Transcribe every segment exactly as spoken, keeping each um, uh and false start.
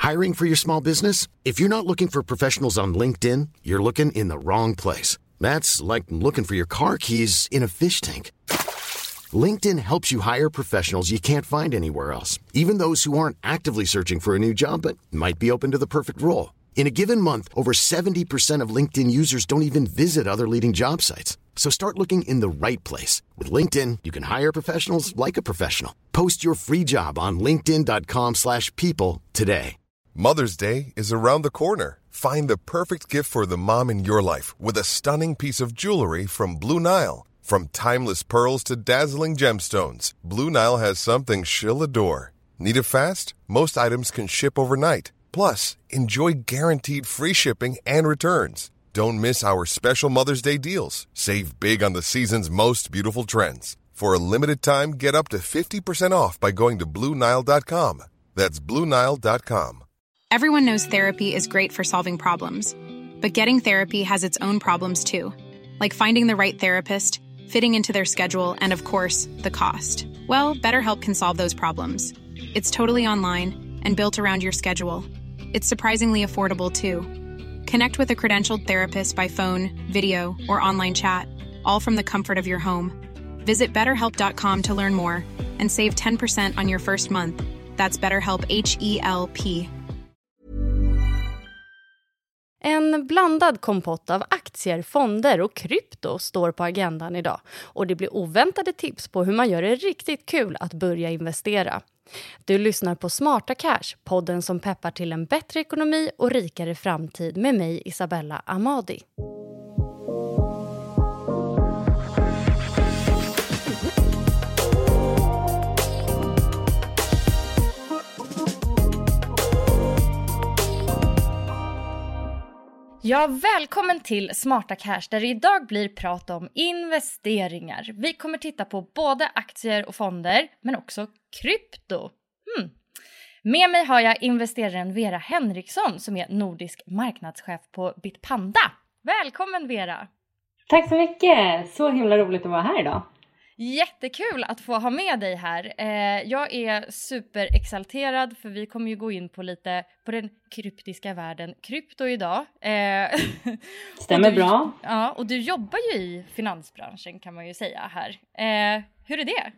Hiring for your small business? If you're not looking for professionals on LinkedIn, you're looking in the wrong place. That's like looking for your car keys in a fish tank. LinkedIn helps you hire professionals you can't find anywhere else, even those who aren't actively searching for a new job but might be open to the perfect role. In a given month, over seventy percent of LinkedIn users don't even visit other leading job sites. So start looking in the right place. With LinkedIn, you can hire professionals like a professional. Post your free job on linkedin dot com slash people today. Mother's Day is around the corner. Find the perfect gift for the mom in your life with a stunning piece of jewelry from Blue Nile. From timeless pearls to dazzling gemstones, Blue Nile has something she'll adore. Need it fast? Most items can ship overnight. Plus, enjoy guaranteed free shipping and returns. Don't miss our special Mother's Day deals. Save big on the season's most beautiful trends. For a limited time, get up to fifty percent off by going to blue nile dot com. That's blue nile dot com. Everyone knows therapy is great for solving problems. But getting therapy has its own problems too. Like finding the right therapist, fitting into their schedule, and of course, the cost. Well, BetterHelp can solve those problems. It's totally online and built around your schedule. It's surprisingly affordable too. Connect with a credentialed therapist by phone, video, or online chat, all from the comfort of your home. Visit better help dot com to learn more and save ten percent on your first month. That's BetterHelp, H E L P. En blandad kompott av aktier, fonder och krypto står på agendan idag. Och det blir oväntade tips på hur man gör det riktigt kul att börja investera. Du lyssnar på Smarta Cash, podden som peppar till en bättre ekonomi och rikare framtid med mig, Isabella Amadi. Ja, välkommen till Smarta Cash där det idag blir prat om investeringar. Vi kommer titta på både aktier och fonder, men också krypto. Hmm. Med mig har jag investeraren Vera Henriksson som är nordisk marknadschef på Bitpanda. Välkommen Vera! Tack så mycket! Så himla roligt att vara här idag. Jättekul att få ha med dig här. Eh, jag är superexalterad för vi kommer ju gå in på lite på den kryptiska världen. Krypto idag. Eh, Stämmer du, bra. Ja, och du jobbar ju i finansbranschen kan man ju säga här. Eh, hur är det?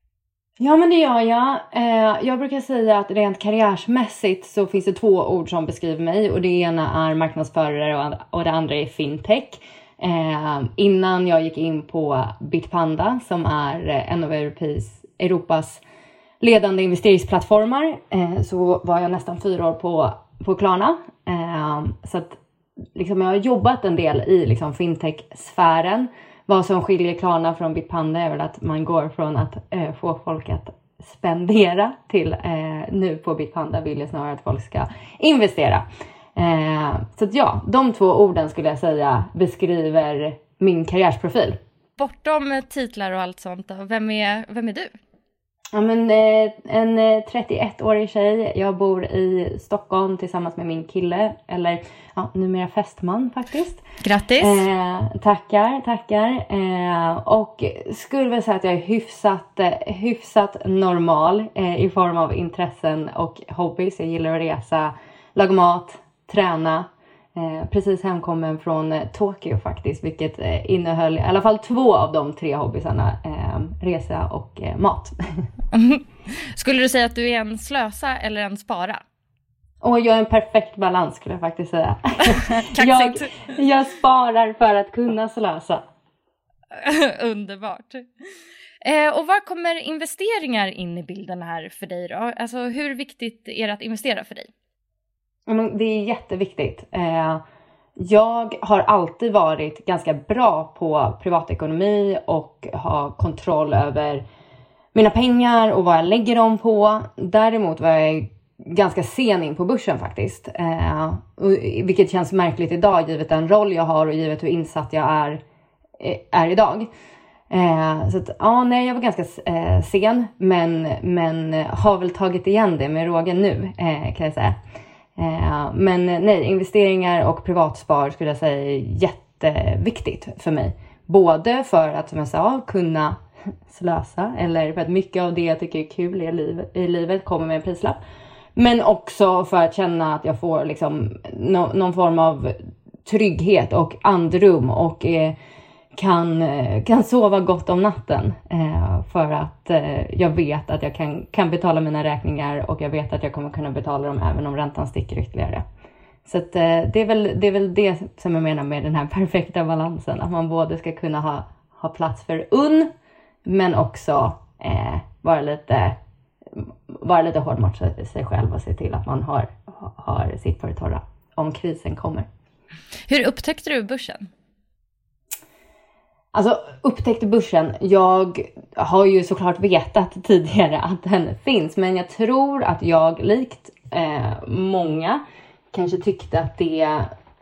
Ja, men det gör jag. Eh, jag brukar säga att rent karriärsmässigt så finns det två ord som beskriver mig. Och det ena är marknadsförare och, och det andra är fintech. Eh, innan jag gick in på Bitpanda som är en av Europas, Europas ledande investeringsplattformar eh, så var jag nästan fyra år på, på Klarna. Eh, så att liksom, jag har jobbat en del i liksom, fintech-sfären. Vad som skiljer Klarna från Bitpanda är väl att man går från att eh, få folk att spendera till eh, nu på Bitpanda vill jag snarare att folk ska investera. Eh, så att ja, de två orden skulle jag säga beskriver min karriärsprofil. Bortom titlar och allt sånt då, vem är, vem är du? Ja, men, eh, en trettioett-årig tjej. Jag bor i Stockholm tillsammans med min kille. Eller ja, numera fästman faktiskt. Grattis! Eh, tackar, tackar. Eh, och skulle väl säga att jag är hyfsat, hyfsat normal eh, i form av intressen och hobbys. Jag gillar att resa, laga mat, träna. Eh, precis hemkommen från eh, Tokyo faktiskt. Vilket eh, innehöll i alla fall två av de tre hobbysarna. Eh, resa och eh, mat. Skulle du säga att du är en slösa eller en spara? Och jag är en perfekt balans skulle jag faktiskt säga. jag, jag sparar för att kunna slösa. Underbart. Eh, och var kommer investeringar in i bilden här för dig då? Alltså hur viktigt är det att investera för dig? Det är jätteviktigt. Jag har alltid varit ganska bra på privatekonomi och ha kontroll över mina pengar och vad jag lägger dem på. Däremot var jag ganska sen in på börsen faktiskt. Vilket känns märkligt idag givet den roll jag har och givet hur insatt jag är, är idag. Så att, ja, nej, jag var ganska sen men, men har väl tagit igen det med rågen nu kan jag säga. Eh, men nej, investeringar och privatspar skulle jag säga är jätteviktigt för mig. Både för att, som jag sa, kunna slösa. Eller för att mycket av det jag tycker är kul i livet, i livet kommer med en prislapp. Men också för att känna att jag får liksom no, någon form av trygghet och andrum och eh, kan, kan sova gott om natten. Eh, för att eh, jag vet att jag kan, kan betala mina räkningar och jag vet att jag kommer kunna betala dem även om räntan sticker ytterligare. Så att, eh, det, är väl, det är väl det som jag menar med den här perfekta balansen. Att man både ska kunna ha, ha plats för unn men också eh, vara lite... vara lite hård mot sig själv och se till att man har, har sitt på det torra om krisen kommer. Hur upptäckte du börsen? Alltså upptäckte börsen, jag har ju såklart vetat tidigare att den finns, men jag tror att jag likt eh, många kanske tyckte att det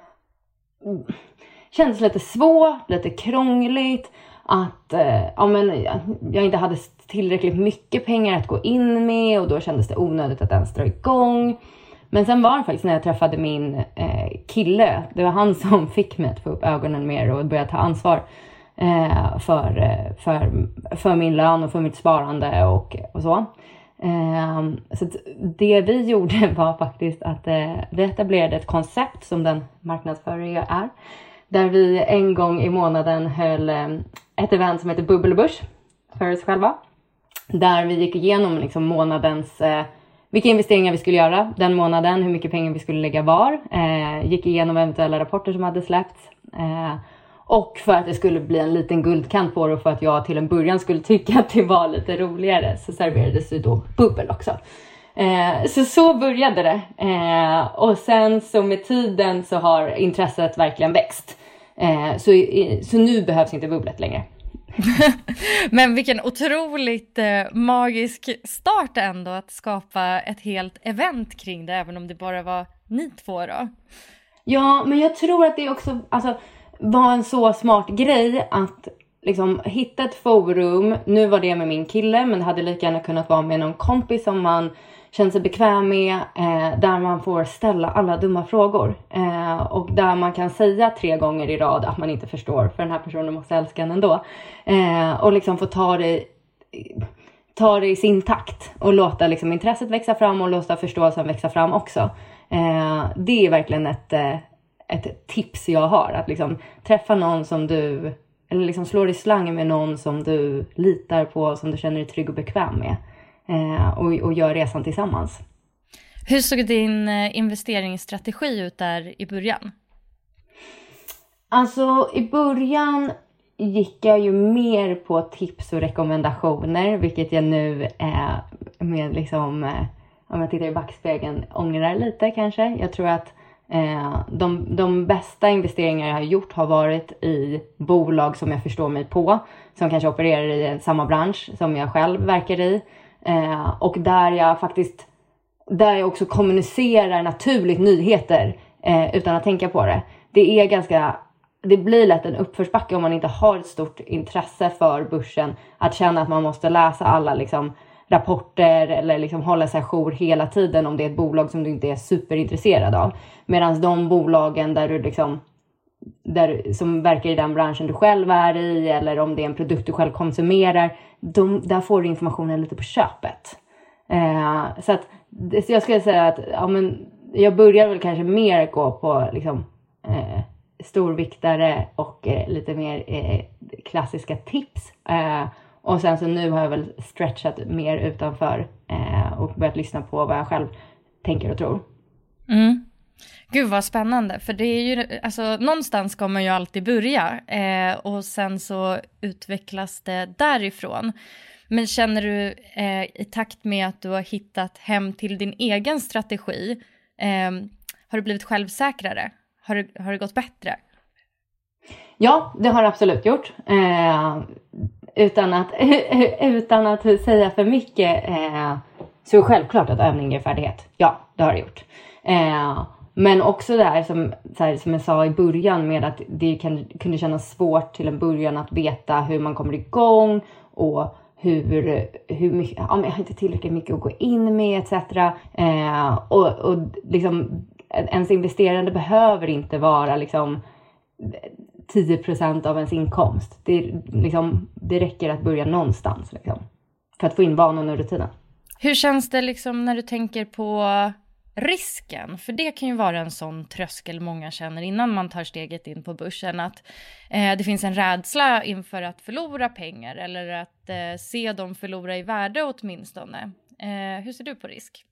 kändes lite svårt, lite krångligt. Att eh, ja, men jag inte hade tillräckligt mycket pengar att gå in med och då kändes det onödigt att ens dra igång. Men sen var det faktiskt när jag träffade min eh, kille, det var han som fick mig att få upp ögonen mer och börja ta ansvar eh, för, för, för min lön och för mitt sparande och, och så. Eh, så det vi gjorde var faktiskt att eh, vi etablerade ett koncept som den marknadsförare jag är. Där vi en gång i månaden höll ett event som heter Bubbelbörs för oss själva. Där vi gick igenom liksom månadens, eh, vilka investeringar vi skulle göra den månaden, hur mycket pengar vi skulle lägga var. Eh, gick igenom eventuella rapporter som hade släppts. Eh, och för att det skulle bli en liten guldkant på det och för att jag till en början skulle tycka att det var lite roligare så serverades ju då bubbel också. Eh, så så började det. Eh, och sen så med tiden så har intresset verkligen växt. Eh, så, så nu behövs inte bubblet längre. Men vilken otroligt eh, magisk start ändå att skapa ett helt event kring det, även om det bara var ni två då. Ja, men jag tror att det också alltså, var en så smart grej att liksom hitta ett forum. Nu var det med min kille, men det hade lika gärna kunnat vara med någon kompis som man känner sig bekväm med, eh, där man får ställa alla dumma frågor. Eh, och där man kan säga tre gånger i rad att man inte förstår, för den här personen måste älska en ändå. Eh, och liksom få ta det, ta det i sin takt och låta liksom intresset växa fram och låta förståelsen växa fram också. Eh, det är verkligen ett, ett tips jag har, att liksom träffa någon som du, eller liksom slå i slang med någon som du litar på, som du känner dig trygg och bekväm med. Eh, och, och gör resan tillsammans. Hur såg din investeringsstrategi ut där i början? Alltså i början gick jag ju mer på tips och rekommendationer, vilket jag nu är med liksom, eh, om jag tittar i backspegeln, ångrar lite kanske. Jag tror att eh, de, de bästa investeringar jag har gjort har varit i bolag som jag förstår mig på, som kanske opererar i samma bransch som jag själv verkar i. Eh, och där jag faktiskt där jag också kommunicerar naturligt nyheter eh, utan att tänka på det. Det är ganska det blir lätt en uppförsbacke om man inte har ett stort intresse för börsen, att känna att man måste läsa alla liksom rapporter eller liksom hålla sig jour hela tiden om det är ett bolag som du inte är superintresserad av. Medan de bolagen där du liksom där, som verkar i den branschen du själv är i, eller om det är en produkt du själv konsumerar, de, där får du informationen lite på köpet. Eh, så att så jag skulle säga att ja, men jag börjar väl kanske mer gå på liksom, eh, storviktare och eh, lite mer eh, klassiska tips. Eh, och sen så nu har jag väl stretchat mer utanför eh, och börjat lyssna på vad jag själv tänker och tror. Mm. Gud vad spännande, för det är ju, alltså någonstans ska man ju alltid börja eh, och sen så utvecklas det därifrån. Men känner du eh, i takt med att du har hittat hem till din egen strategi, eh, har du blivit självsäkrare? Har det, har det gått bättre? Ja, det har det absolut gjort. Eh, utan, att, utan att säga för mycket eh, så är det självklart att övning är färdighet. Ja, det har det gjort. Eh, Men också det här som, så här, som jag sa i början med att det kan, kunde kännas svårt till en början att veta hur man kommer igång och hur, hur mycket, ja, men jag har inte tillräckligt mycket att gå in med et cetera. Eh, och och liksom, ens investerande behöver inte vara liksom, tio procent av ens inkomst. Det, liksom, det räcker att börja någonstans liksom, för att få in vanan och rutinen. Hur känns det liksom när du tänker på risken? För det kan ju vara en sån tröskel många känner innan man tar steget in på börsen. Att eh, det finns en rädsla inför att förlora pengar eller att eh, se dem förlora i värde åtminstone. Eh, hur ser du på risk?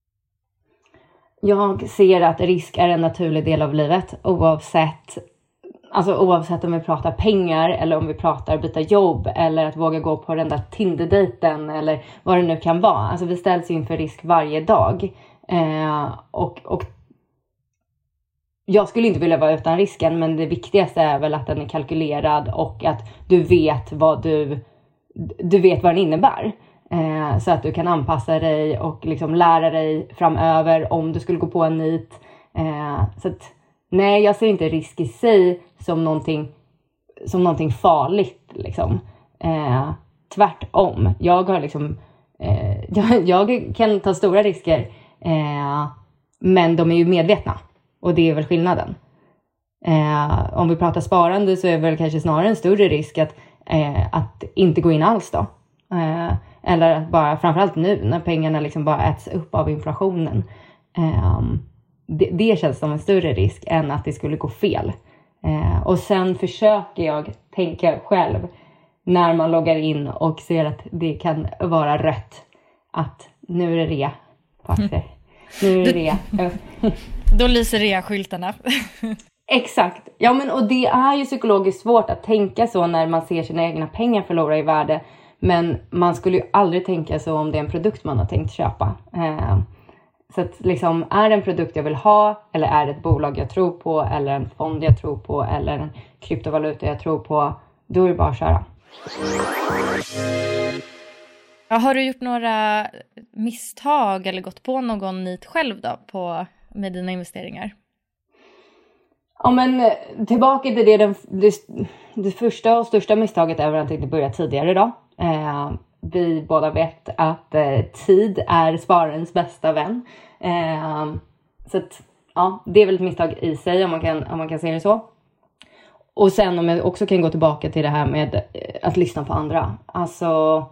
Jag ser att risk är en naturlig del av livet oavsett, alltså oavsett om vi pratar pengar eller om vi pratar byta jobb eller att våga gå på den där Tinder-dejten eller vad det nu kan vara. Alltså vi ställs inför risk varje dag. Eh, och, och jag skulle inte vilja vara utan risken, men det viktigaste är väl att den är kalkylerad och att du vet vad du, du vet vad den innebär. Eh, så att du kan anpassa dig och liksom lära dig framöver om du skulle gå på en nit. Eh, så att, nej, jag ser inte risk i sig som någonting, som någonting farligt. Liksom. Eh, tvärtom. Jag, har liksom, eh, jag, jag kan ta stora risker. Eh, men de är ju medvetna. Och det är väl skillnaden. Eh, om vi pratar sparande så är det väl kanske snarare en större risk att, eh, att inte gå in alls då. Eh, eller att bara, framförallt nu när pengarna liksom bara äts upp av inflationen. Eh, det, det känns som en större risk än att det skulle gå fel. Eh, och sen försöker jag tänka själv när man loggar in och ser att det kan vara rött. Att nu är det rea på aktier. Nu är det rea. Då lyser rea-skyltarna. Exakt. Ja, men och det är ju psykologiskt svårt att tänka så när man ser sina egna pengar förlora i värde. Men man skulle ju aldrig tänka så om det är en produkt man har tänkt köpa. Eh, så att liksom, är det en produkt jag vill ha, eller är det ett bolag jag tror på, eller en fond jag tror på, eller en kryptovaluta jag tror på, då är det bara att köra. Ja, har du gjort några misstag eller gått på någon nit själv då på, med dina investeringar? Ja, men tillbaka till det, det, det, det första och största misstaget är att inte börja tidigare då. Eh, vi båda vet att eh, tid är spararens bästa vän. Eh, så att, ja, det är väl ett misstag i sig om man kan, om man kan se det så. Och sen om jag också kan gå tillbaka till det här med att lyssna på andra. Alltså,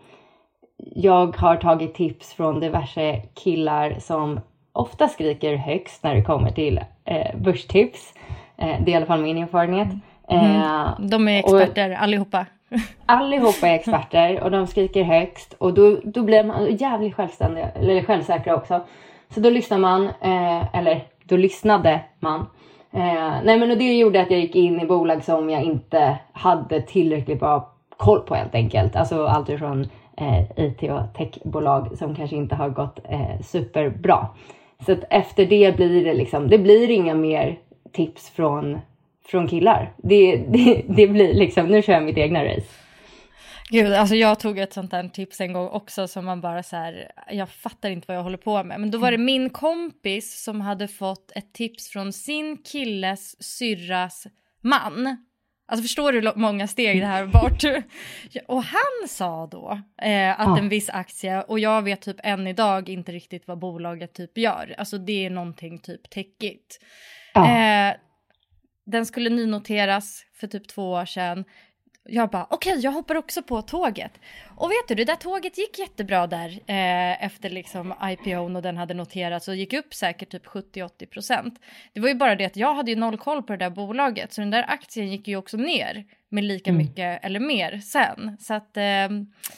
jag har tagit tips från diverse killar som ofta skriker högst när det kommer till eh, börstips. Eh, det är i alla fall min erfarenhet. Mm. De är experter, och, allihopa. Allihopa är experter och de skriker högst. Och då, då blir man jävligt självständig, eller självsäkra också. Så då lyssnar man, eh, eller då lyssnade man. Eh, nej men och det gjorde att jag gick in i bolag som jag inte hade tillräckligt bra koll på helt enkelt. Alltså allt från eh, I T och techbolag som kanske inte har gått eh, superbra. Så att efter det blir det liksom, det blir inga mer tips från, från killar. Det, det, det blir liksom, nu kör jag mitt egna race. Gud, alltså jag tog ett sånt här tips en gång också som man bara så här, jag fattar inte vad jag håller på med. Men då var det min kompis som hade fått ett tips från sin killes syrras man. Alltså förstår du hur många steg det här bort? Och han sa då eh, att ja. en viss aktie, och jag vet typ än idag inte riktigt vad bolaget typ gör. Alltså det är någonting typ techigt. Ja. Eh, den skulle nynoteras för typ två år sedan. Jag bara, okej, okay, jag hoppar också på tåget. Och vet du, det där tåget gick jättebra där eh, efter liksom I P O:n och den hade noterats och gick upp säkert typ sjuttio till åttio procent. Det var ju bara det att jag hade ju noll koll på det där bolaget. Så den där aktien gick ju också ner med lika mm. mycket eller mer sen. Så att, eh, ja,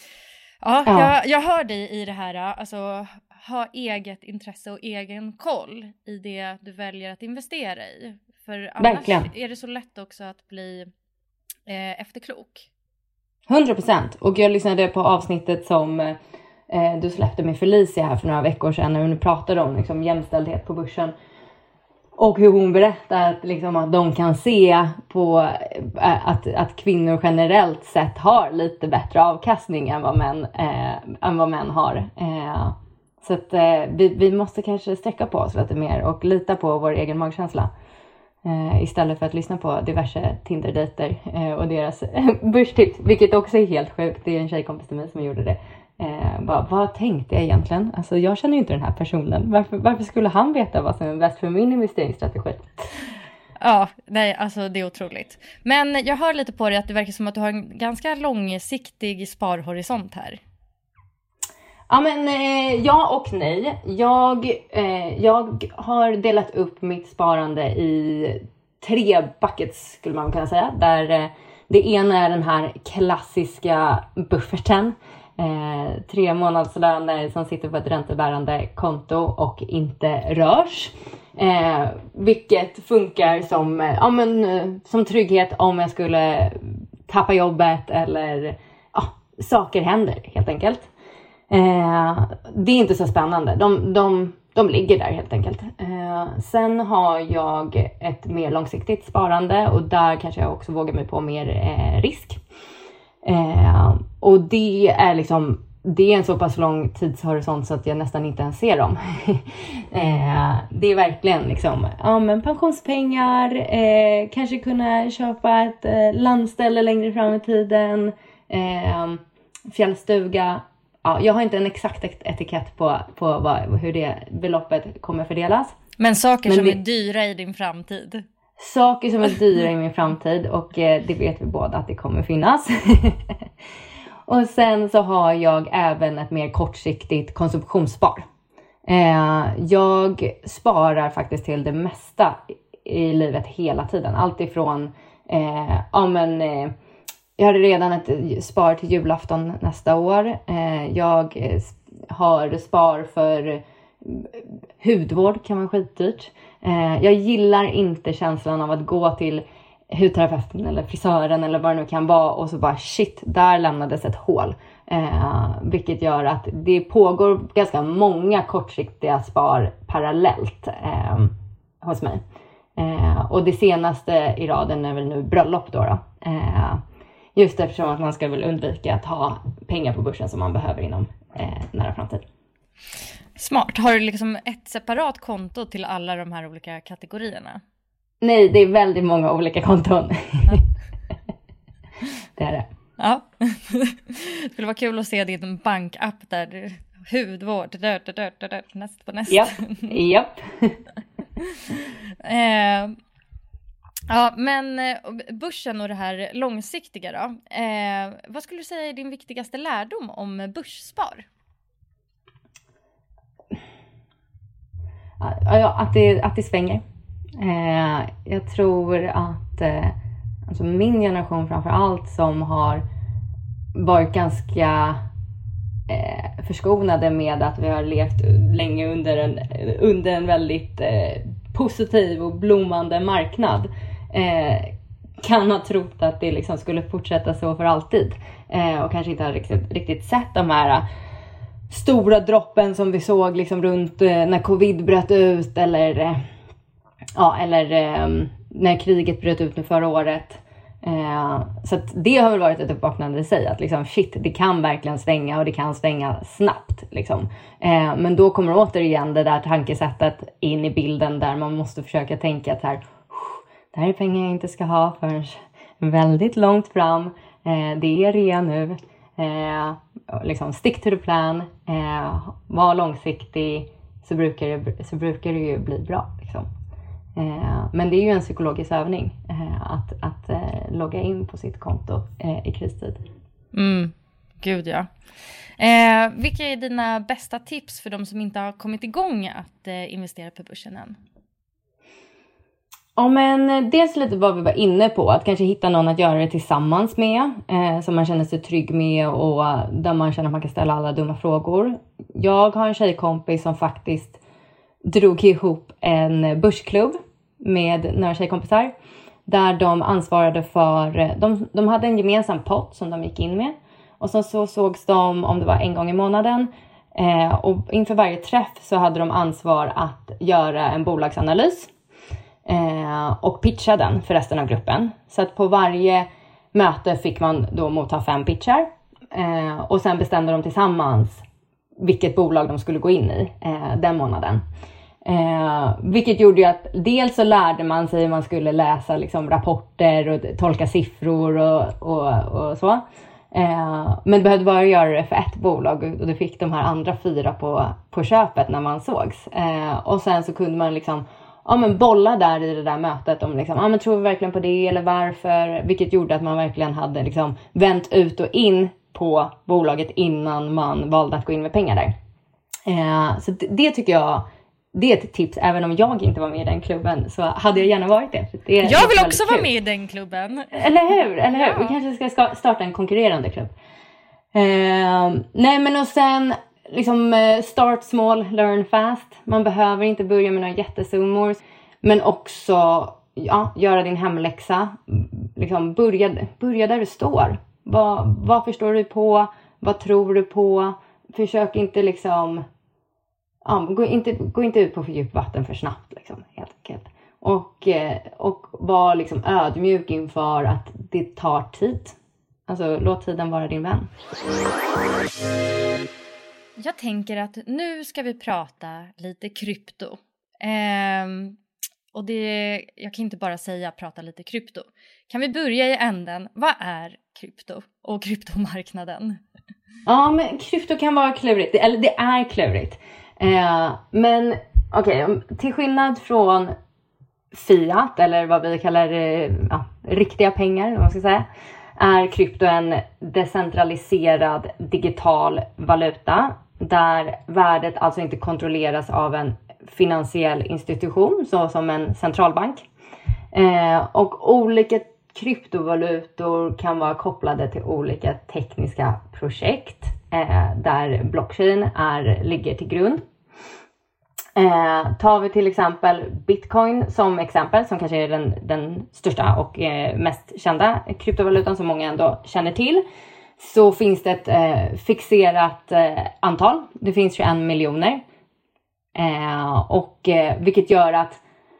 ja. Jag, jag hör dig i det här, alltså ha eget intresse och egen koll i det du väljer att investera i. För annars Verkligen. är det så lätt också att bli Eh, efterklok. hundra procent. Och jag lyssnade på avsnittet som eh, du släppte med Felicia här för några veckor sedan när hon pratade om liksom, jämställdhet på börsen. Och hur hon berättade att, liksom, att de kan se på äh, att, att kvinnor generellt sett har lite bättre avkastning än vad män, äh, än vad män har. Äh, så att äh, vi, vi måste kanske sträcka på oss lite mer och lita på vår egen magkänsla. Uh, istället för att lyssna på diverse Tinder-dejter uh, och deras uh, börstips, vilket också är helt sjukt. Det är en tjejkompis till mig som gjorde det. Uh, bara, vad tänkte jag egentligen? Alltså jag känner ju inte den här personen. Varför, varför skulle han veta vad som är bäst för min investeringsstrategi? Ja, nej, alltså det är otroligt. Men jag hör lite på det att det verkar som att du har en ganska långsiktig sparhorisont här. Ja, men eh, ja och nej. Jag, eh, jag har delat upp mitt sparande i tre buckets skulle man kunna säga. Där eh, det ena är den här klassiska bufferten. Eh, tre månadslöner som sitter på ett räntebärande konto och inte rörs. Eh, vilket funkar som, eh, ja, men, eh, som trygghet om jag skulle tappa jobbet eller ja, saker händer helt enkelt. Eh, det är inte så spännande. De, de, de ligger där helt enkelt. Eh, sen har jag ett mer långsiktigt sparande och där kanske jag också vågar mig på mer eh, risk. Eh, och det är liksom det är en så pass lång tidshorisont så att jag nästan inte ens ser dem. eh, det är verkligen liksom ja, men pensionspengar, eh, kanske kunna köpa ett eh, landställe längre fram i tiden, eh, fjällstuga. Ja, jag har inte en exakt etikett på, på vad, hur det beloppet kommer fördelas. Men saker Men som det, är dyra i din framtid. Saker som är dyra i min framtid och eh, det vet vi båda att det kommer finnas. Och sen så har jag även ett mer kortsiktigt konsumtionsspar. Eh, jag sparar faktiskt till det mesta i livet hela tiden. Allt ifrån, eh, ja men... Eh, jag har redan ett spar till julafton nästa år. Jag har spar för hudvård, kan vara skitdyrt. Jag gillar inte känslan av att gå till hudterapeuten eller frisören eller vad det nu kan vara. Och så bara shit, där lämnades ett hål. Vilket gör att det pågår ganska många kortsiktiga spar parallellt hos mig. Och det senaste i raden är väl nu bröllop då då. Just eftersom att man ska väl undvika att ha pengar på börsen som man behöver inom eh, nära framtid. Smart. Har du liksom ett separat konto till alla de här olika kategorierna? Nej, det är väldigt många olika konton. Ja. Det är det. Ja. Det skulle vara kul att se din bankapp där du, hudvård, dör, dör, dör, dör, näst på näst. Ja, japp. eh, Ja, men börsen och det här långsiktiga då. Eh, vad skulle du säga är din viktigaste lärdom om börsspar? Ja, att det, att det svänger. Eh, jag tror att eh, alltså min generation framför allt som har varit ganska eh, förskonade med att vi har levt länge under en, under en väldigt eh, positiv och blommande marknad. Eh, kan ha trott att det liksom skulle fortsätta så för alltid. Eh, och kanske inte har riktigt, riktigt sett de här uh, stora droppen som vi såg liksom runt uh, när covid bröt ut. Eller, uh, ja, eller um, när kriget bröt ut nu förra året. Eh, så att det har väl varit ett uppvaknande i sig. Att liksom shit, det kan verkligen svänga och det kan svänga snabbt. Liksom. Eh, men då kommer återigen det där tankesättet in i bilden där man måste försöka tänka att här, det här är pengar jag inte ska ha för väldigt långt fram. Eh, det är rea nu. Eh, liksom stick to the plan. Eh, var långsiktig så brukar det, så brukar det ju bli bra. Liksom. Eh, men det är ju en psykologisk övning eh, att, att eh, logga in på sitt konto eh, i kristid. Mm, gud ja. Eh, vilka är dina bästa tips för de som inte har kommit igång att eh, investera på börsen än? Ja, men dels lite vad vi var inne på. Att kanske hitta någon att göra det tillsammans med. Eh, som man känner sig trygg med och där man känner att man kan ställa alla dumma frågor. Jag har en tjejkompis som faktiskt drog ihop en börsklubb med några tjejkompisar. Där de ansvarade för, de, de hade en gemensam pott som de gick in med. Och sen så sågs de om det var en gång i månaden. Eh, och inför varje träff så hade de ansvar att göra en bolagsanalys. Eh, och pitcha den för resten av gruppen. Så att på varje möte fick man då motta fem pitchar. Eh, och sen bestämde de tillsammans vilket bolag de skulle gå in i eh, den månaden. Eh, vilket gjorde ju att dels så lärde man sig hur man skulle läsa liksom, rapporter och tolka siffror och, och, och så. Eh, men behövde bara göra det för ett bolag och det fick de här andra fyra på, på köpet när man sågs. Eh, och sen så kunde man liksom ja, men bolla där i det där mötet om liksom, ja, men tror vi verkligen på det eller varför. Vilket gjorde att man verkligen hade liksom, vänt ut och in på bolaget innan man valde att gå in med pengar där. Eh, så det, det tycker jag, det är ett tips. Även om jag inte var med i den klubben så hade jag gärna varit det. För det jag vill också vara med i den klubben. Eller hur? Eller hur? Ja. Vi kanske ska starta en konkurrerande klubb. Eh, nej men och sen liksom start small, learn fast. Man behöver inte börja med några jättesummor. Men också ja, göra din hemläxa. Liksom börja, börja där du står. Vad, vad förstår du på? Vad tror du på? Försök inte liksom... Ja, gå, inte, gå inte ut på för djupt vatten för snabbt. Liksom, helt enkelt. Och, och var liksom ödmjuk inför att det tar tid. Alltså låt tiden vara din vän. Jag tänker att nu ska vi prata lite krypto. Ehm, och det, jag kan inte bara säga prata lite krypto. Kan vi börja i änden? Vad är krypto och kryptomarknaden? Ja, men krypto kan vara klurigt. Eller det är klurigt. Eh, men okej, okay, till skillnad från fiat eller vad vi kallar ja, riktiga pengar, vad man ska säga, är krypto en decentraliserad digital valuta där värdet alltså inte kontrolleras av en finansiell institution så som en centralbank. Eh, och olika kryptovalutor kan vara kopplade till olika tekniska projekt eh, där blockchain är, ligger till grund. Eh, tar vi till exempel Bitcoin som exempel, som kanske är den, den största och eh, mest kända kryptovalutan som många ändå känner till, så finns det ett eh, fixerat eh, antal. Det finns tjugoett miljoner. Eh, och, eh, vilket gör att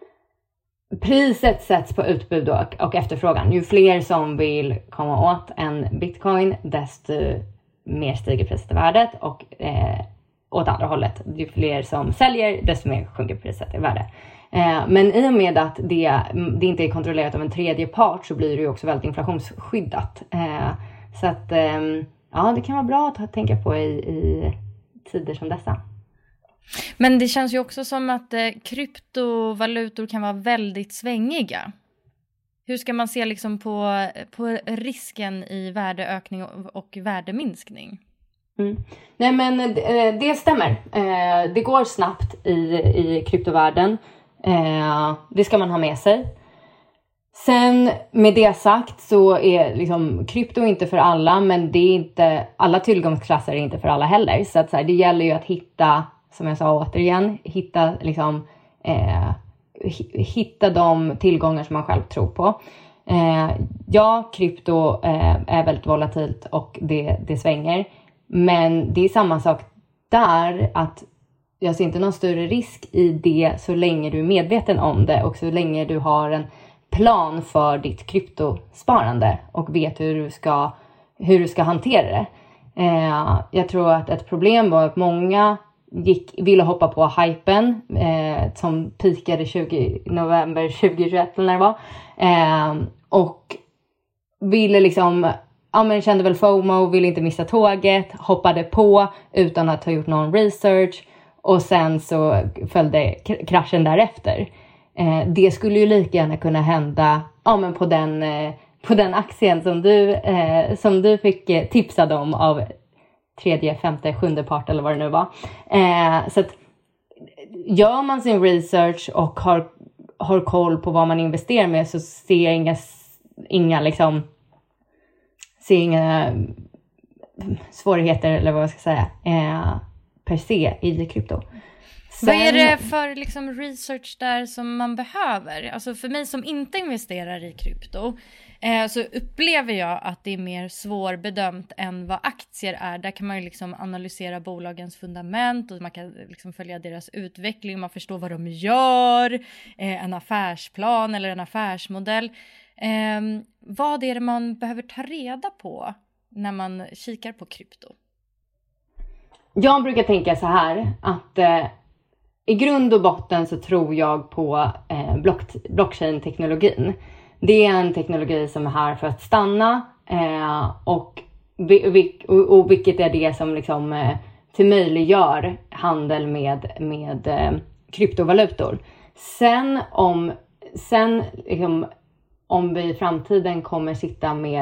priset sätts på utbud och, och efterfrågan. Ju fler som vill komma åt en Bitcoin, desto mer stiger priset i värdet. Och eh, åt andra hållet, ju fler som säljer, desto mer sjunker priset i värde. Eh, men i och med att det, det inte är kontrollerat av en tredje part så blir det ju också väldigt inflationsskyddat. Eh, så att eh, ja, det kan vara bra att tänka på i, i tider som dessa. Men det känns ju också som att eh, kryptovalutor kan vara väldigt svängiga. Hur ska man se liksom på, på risken i värdeökning och, och värdeminskning? Mm. Nej men det, det stämmer. Eh, det går snabbt i, i kryptovärlden. Eh, det ska man ha med sig. Sen med det sagt så är liksom krypto inte för alla, men det är inte, alla tillgångsklasser är inte för alla heller. Så att så här, det gäller ju att hitta, som jag sa återigen, hitta liksom eh, hitta de tillgångar som man själv tror på. Eh, ja, krypto eh, är väldigt volatilt och det, det svänger. Men det är samma sak där, att jag ser inte någon större risk i det så länge du är medveten om det och så länge du har en plan för ditt kryptosparande och vet hur du ska, hur du ska hantera det. Eh, jag tror att ett problem var att många gick, ville hoppa på hypen eh, som pikade tjugo november tjugohundratjugoett eller när det var. Eh, och ville liksom, ja men kände väl FOMO, ville inte missa tåget, hoppade på utan att ha gjort någon research och sen så följde k- kraschen därefter. Eh, det skulle ju lika gärna kunna hända ja, men på, den, eh, på den aktien som du, eh, som du fick eh, tipsad om av tredje, femte, sjunde part eller vad det nu var. Eh, så att gör man sin research och har, har koll på vad man investerar med så ser jag inga, inga liksom ser inga svårigheter eller vad jag ska säga eh, per se i krypto. Sen, vad är det för liksom research där som man behöver? Alltså för mig som inte investerar i krypto eh, så upplever jag att det är mer svårbedömt än vad aktier är. Där kan man ju liksom analysera bolagens fundament och man kan liksom följa deras utveckling. Man förstår vad de gör, eh, en affärsplan eller en affärsmodell. Eh, vad är det man behöver ta reda på när man kikar på krypto? Jag brukar tänka så här att eh, i grund och botten så tror jag på eh, block- blockchain-teknologin. Det är en teknologi som är här för att stanna eh, och, och, och vilket är det som liksom, eh, till möjliggör handel med, med eh, kryptovalutor. Sen om, sen, liksom, om vi i framtiden kommer sitta med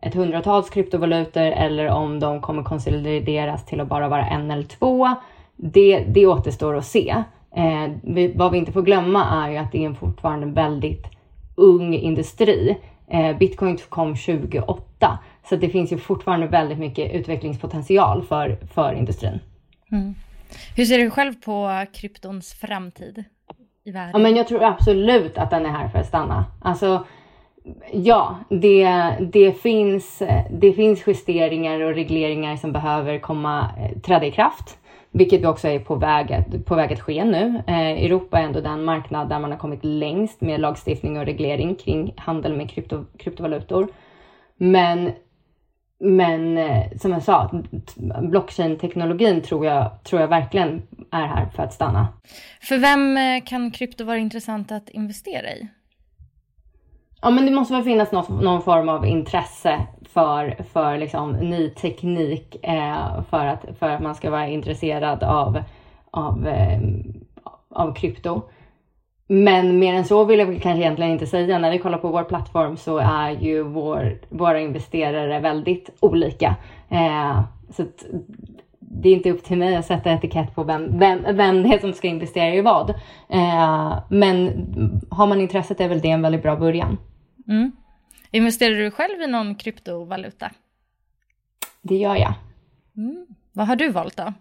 ett hundratals kryptovalutor eller om de kommer konsolideras till att bara vara en eller två. Det, det återstår att se. Eh, vi, vad vi inte får glömma är ju att det är fortfarande en väldigt ung industri. Eh, Bitcoin kom tjugohundraåtta, så det finns ju fortfarande väldigt mycket utvecklingspotential för, för industrin. Mm. Hur ser du själv på kryptons framtid i världen? Ja, men jag tror absolut att den är här för att stanna. Alltså, ja, det, det, finns, det finns justeringar och regleringar som behöver komma, träda i kraft. Vilket vi också är på väg, på väg att ske nu. Eh, Europa är ändå den marknad där man har kommit längst med lagstiftning och reglering kring handel med krypto, kryptovalutor. Men, men eh, som jag sa, blockchain-teknologin tror jag, tror jag verkligen är här för att stanna. För vem kan krypto vara intressant att investera i? Ja, men det måste väl finnas någon, någon form av intresse för, för liksom ny teknik eh, för, att, för att man ska vara intresserad av, av, eh, av krypto. Men mer än så vill jag kanske egentligen inte säga. När vi kollar på vår plattform så är ju vår, våra investerare väldigt olika. Eh, så att det är inte upp till mig att sätta etikett på vem, vem, vem det är som ska investera i vad. Eh, men har man intresset är väl det en väldigt bra början. Mm. Investerar du själv i någon kryptovaluta? Det gör jag. Mm. Vad har du valt då?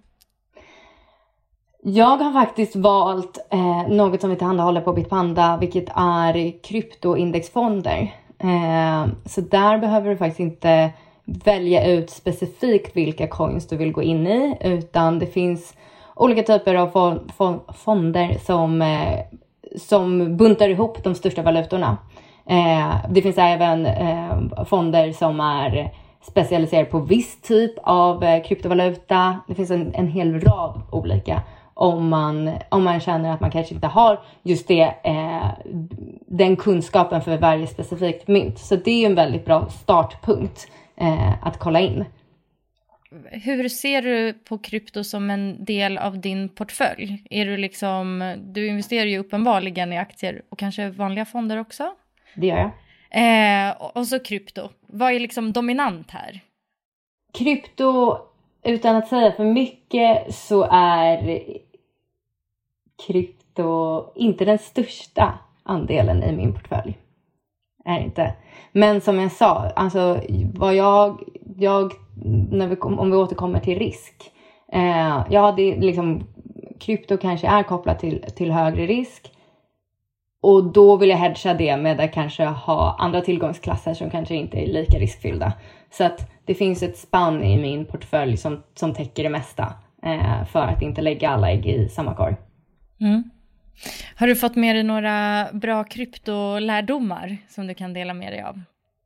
Jag har faktiskt valt eh, något som vi tillhandahåller på Bitpanda, vilket är kryptoindexfonder. Eh, så där behöver du faktiskt inte välja ut specifikt vilka coins du vill gå in i, utan det finns olika typer av fo- fo- fonder som, eh, som buntar ihop de största valutorna. Eh, det finns även eh, fonder som är specialiserade på viss typ av eh, kryptovaluta. Det finns en, en hel rad olika om man, om man känner att man kanske inte har just det, eh, den kunskapen för varje specifikt mynt. Så det är en väldigt bra startpunkt eh, att kolla in. Hur ser du på krypto som en del av din portfölj? Är du liksom, du investerar ju uppenbarligen i aktier och kanske vanliga fonder också? Det gör jag. Eh, och, och så krypto. Vad är liksom dominant här? Krypto, utan att säga för mycket, så är krypto inte den största andelen i min portfölj. Är inte. Men som jag sa, alltså vad jag, jag när vi kom, om vi återkommer till risk. Eh, ja, det liksom, krypto kanske är kopplat till, till högre risk. Och då vill jag hedga det med att kanske ha andra tillgångsklasser som kanske inte är lika riskfyllda. Så att det finns ett spann i min portfölj som, som täcker det mesta. Eh, för att inte lägga alla ägg i samma korg. Mm. Har du fått med dig några bra kryptolärdomar som du kan dela med dig av?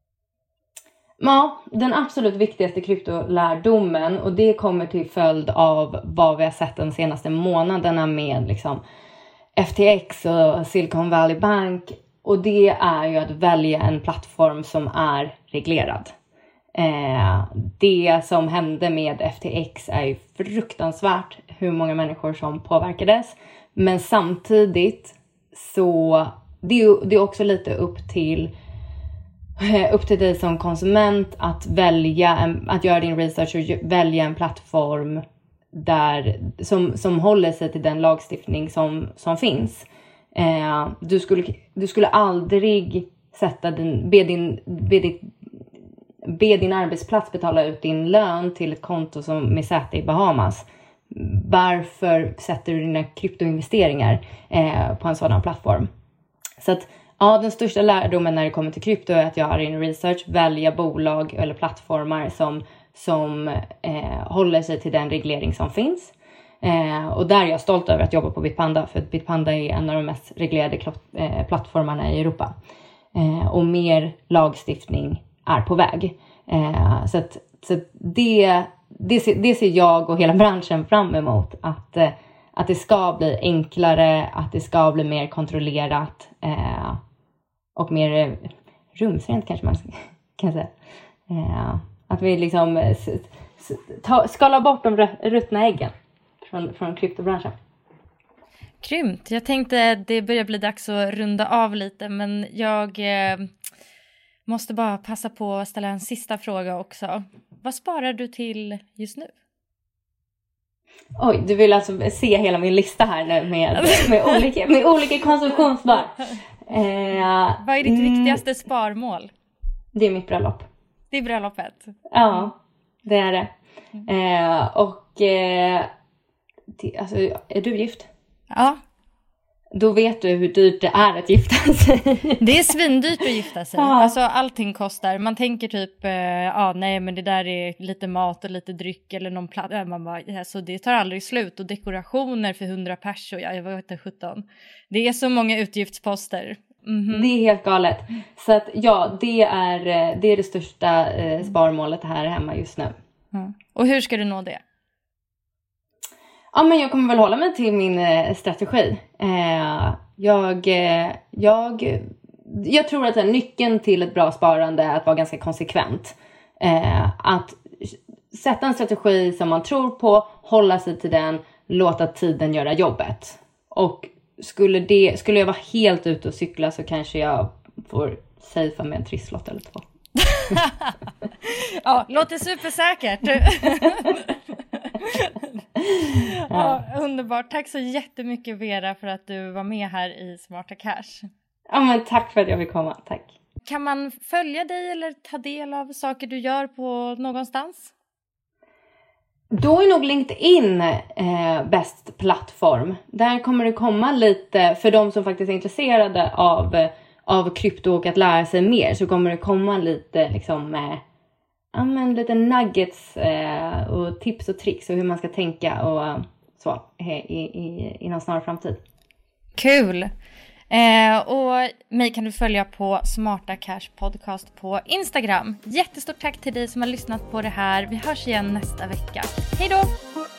Ja, den absolut viktigaste kryptolärdomen, och det kommer till följd av vad vi har sett de senaste månaderna med liksom F T X och Silicon Valley Bank, och det är ju att välja en plattform som är reglerad. Eh, det som hände med F T X är ju fruktansvärt, hur många människor som påverkades, men samtidigt så det är det är också lite upp till upp till dig som konsument att välja en, att göra din research och välja en plattform där, som, som håller sig till den lagstiftning som, som finns. Eh, du, skulle, du skulle aldrig sätta din, be, din, be, ditt, be din arbetsplats betala ut din lön till ett konto som med säte i Bahamas. Varför sätter du dina kryptoinvesteringar eh, på en sådan plattform? Så att ja, den största lärdomen när det kommer till krypto är att göra din research, välja bolag eller plattformar som som eh, håller sig till den reglering som finns. Eh, och där är jag stolt över att jobba på Bitpanda, för att Bitpanda är en av de mest reglerade klott, eh, plattformarna i Europa. Eh, och mer lagstiftning är på väg. Eh, så att, så att det, det, ser, det ser jag och hela branschen fram emot. Att, eh, att det ska bli enklare, att det ska bli mer kontrollerat eh, och mer eh, rumsrent kanske man kan säga. Eh, Att vi liksom s- s- ta, skalar bort de ruttna äggen från, från kryptobranschen. Grymt. Jag tänkte att det börjar bli dags att runda av lite, men jag eh, Måste bara passa på att ställa en sista fråga också. Vad sparar du till just nu? Oj, du vill alltså se hela min lista här nu med, med, olika, med olika konsumtionsvar. Eh, Vad är ditt mm, viktigaste sparmål? Det är mitt bröllop. Det är bröllopet? Ja, det är det. Eh, och eh, det, alltså, är du gift? Ja. Då vet du hur dyrt det är att gifta sig. Det är svindyrt att gifta sig. Ja. Alltså allting kostar. Man tänker typ, ja eh, ah, nej men det där är lite mat och lite dryck eller någon plats. Man bara, alltså, det tar aldrig slut. Och dekorationer för hundra pers och jag vet inte sjutton. Det är så många utgiftsposter. Mm-hmm. Det är helt galet. Så att ja, det är det, är det största eh, sparmålet här hemma just nu. Mm. Och hur ska du nå det? Ja, men jag kommer väl hålla mig till min eh, strategi. Eh, jag, eh, jag, jag tror att nyckeln till ett bra sparande är att vara ganska konsekvent. Eh, att sätta en strategi som man tror på, hålla sig till den, låta tiden göra jobbet. Och skulle, det, skulle jag vara helt ute och cykla så kanske jag får safea med en trisslott eller två. Ja, låter supersäkert. Ja, underbart. Tack så jättemycket Vera för att du var med här i Smarta Cash. Ja, men tack för att jag fick komma. Tack. Kan man följa dig eller ta del av saker du gör på någonstans? Då är nog LinkedIn eh, bäst plattform. Där kommer det komma lite, för de som faktiskt är intresserade av, av krypto och att lära sig mer, så kommer det komma lite liksom eh, ja, men lite nuggets eh, och tips och tricks och hur man ska tänka och så i, i, i någon snar framtid. Kul! Eh, och mig kan du följa på Smarta Cash Podcast på Instagram. Jättestort tack till dig som har lyssnat på det här. Vi hörs igen nästa vecka. Hej då!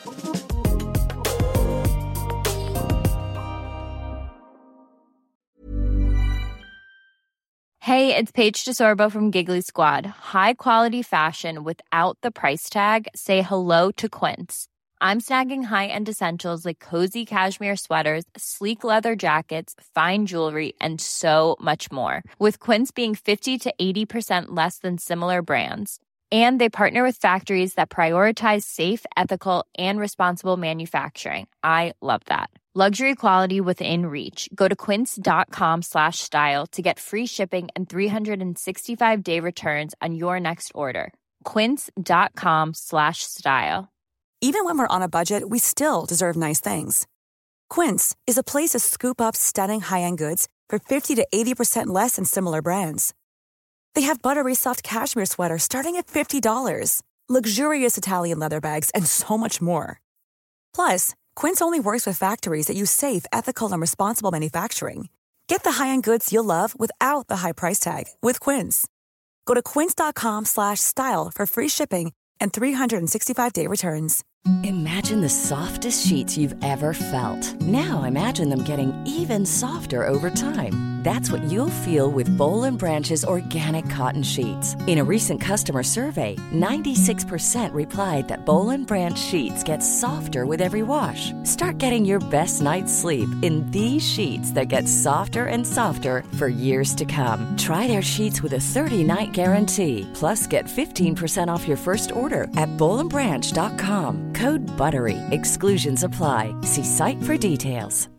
Hey, it's Paige DeSorbo from Giggly Squad. High quality fashion without the price tag. Say hello to Quince. I'm snagging high-end essentials like cozy cashmere sweaters, sleek leather jackets, fine jewelry, and so much more. With Quince being fifty to eighty percent less than similar brands. And they partner with factories that prioritize safe, ethical, and responsible manufacturing. I love that. Luxury quality within reach. Go to quince.com slash style to get free shipping and three sixty-five day returns on your next order. Quince.com slash style. Even when we're on a budget, we still deserve nice things. Quince is a place to scoop up stunning high-end goods for fifty to eighty percent less than similar brands. They have buttery soft cashmere sweaters starting at fifty dollars, luxurious Italian leather bags, and so much more. Plus, Quince only works with factories that use safe, ethical, and responsible manufacturing. Get the high-end goods you'll love without the high price tag with Quince. Go to quince.com slash style for free shipping and three sixty-five day returns. Imagine the softest sheets you've ever felt. Now imagine them getting even softer over time. That's what you'll feel with Boll and Branch's organic cotton sheets. In a recent customer survey, ninety-six percent replied that Boll and Branch sheets get softer with every wash. Start getting your best night's sleep in these sheets that get softer and softer for years to come. Try their sheets with a thirty night guarantee. Plus, get fifteen percent off your first order at boll and branch dot com. Code BUTTERY. Exclusions apply. See site for details.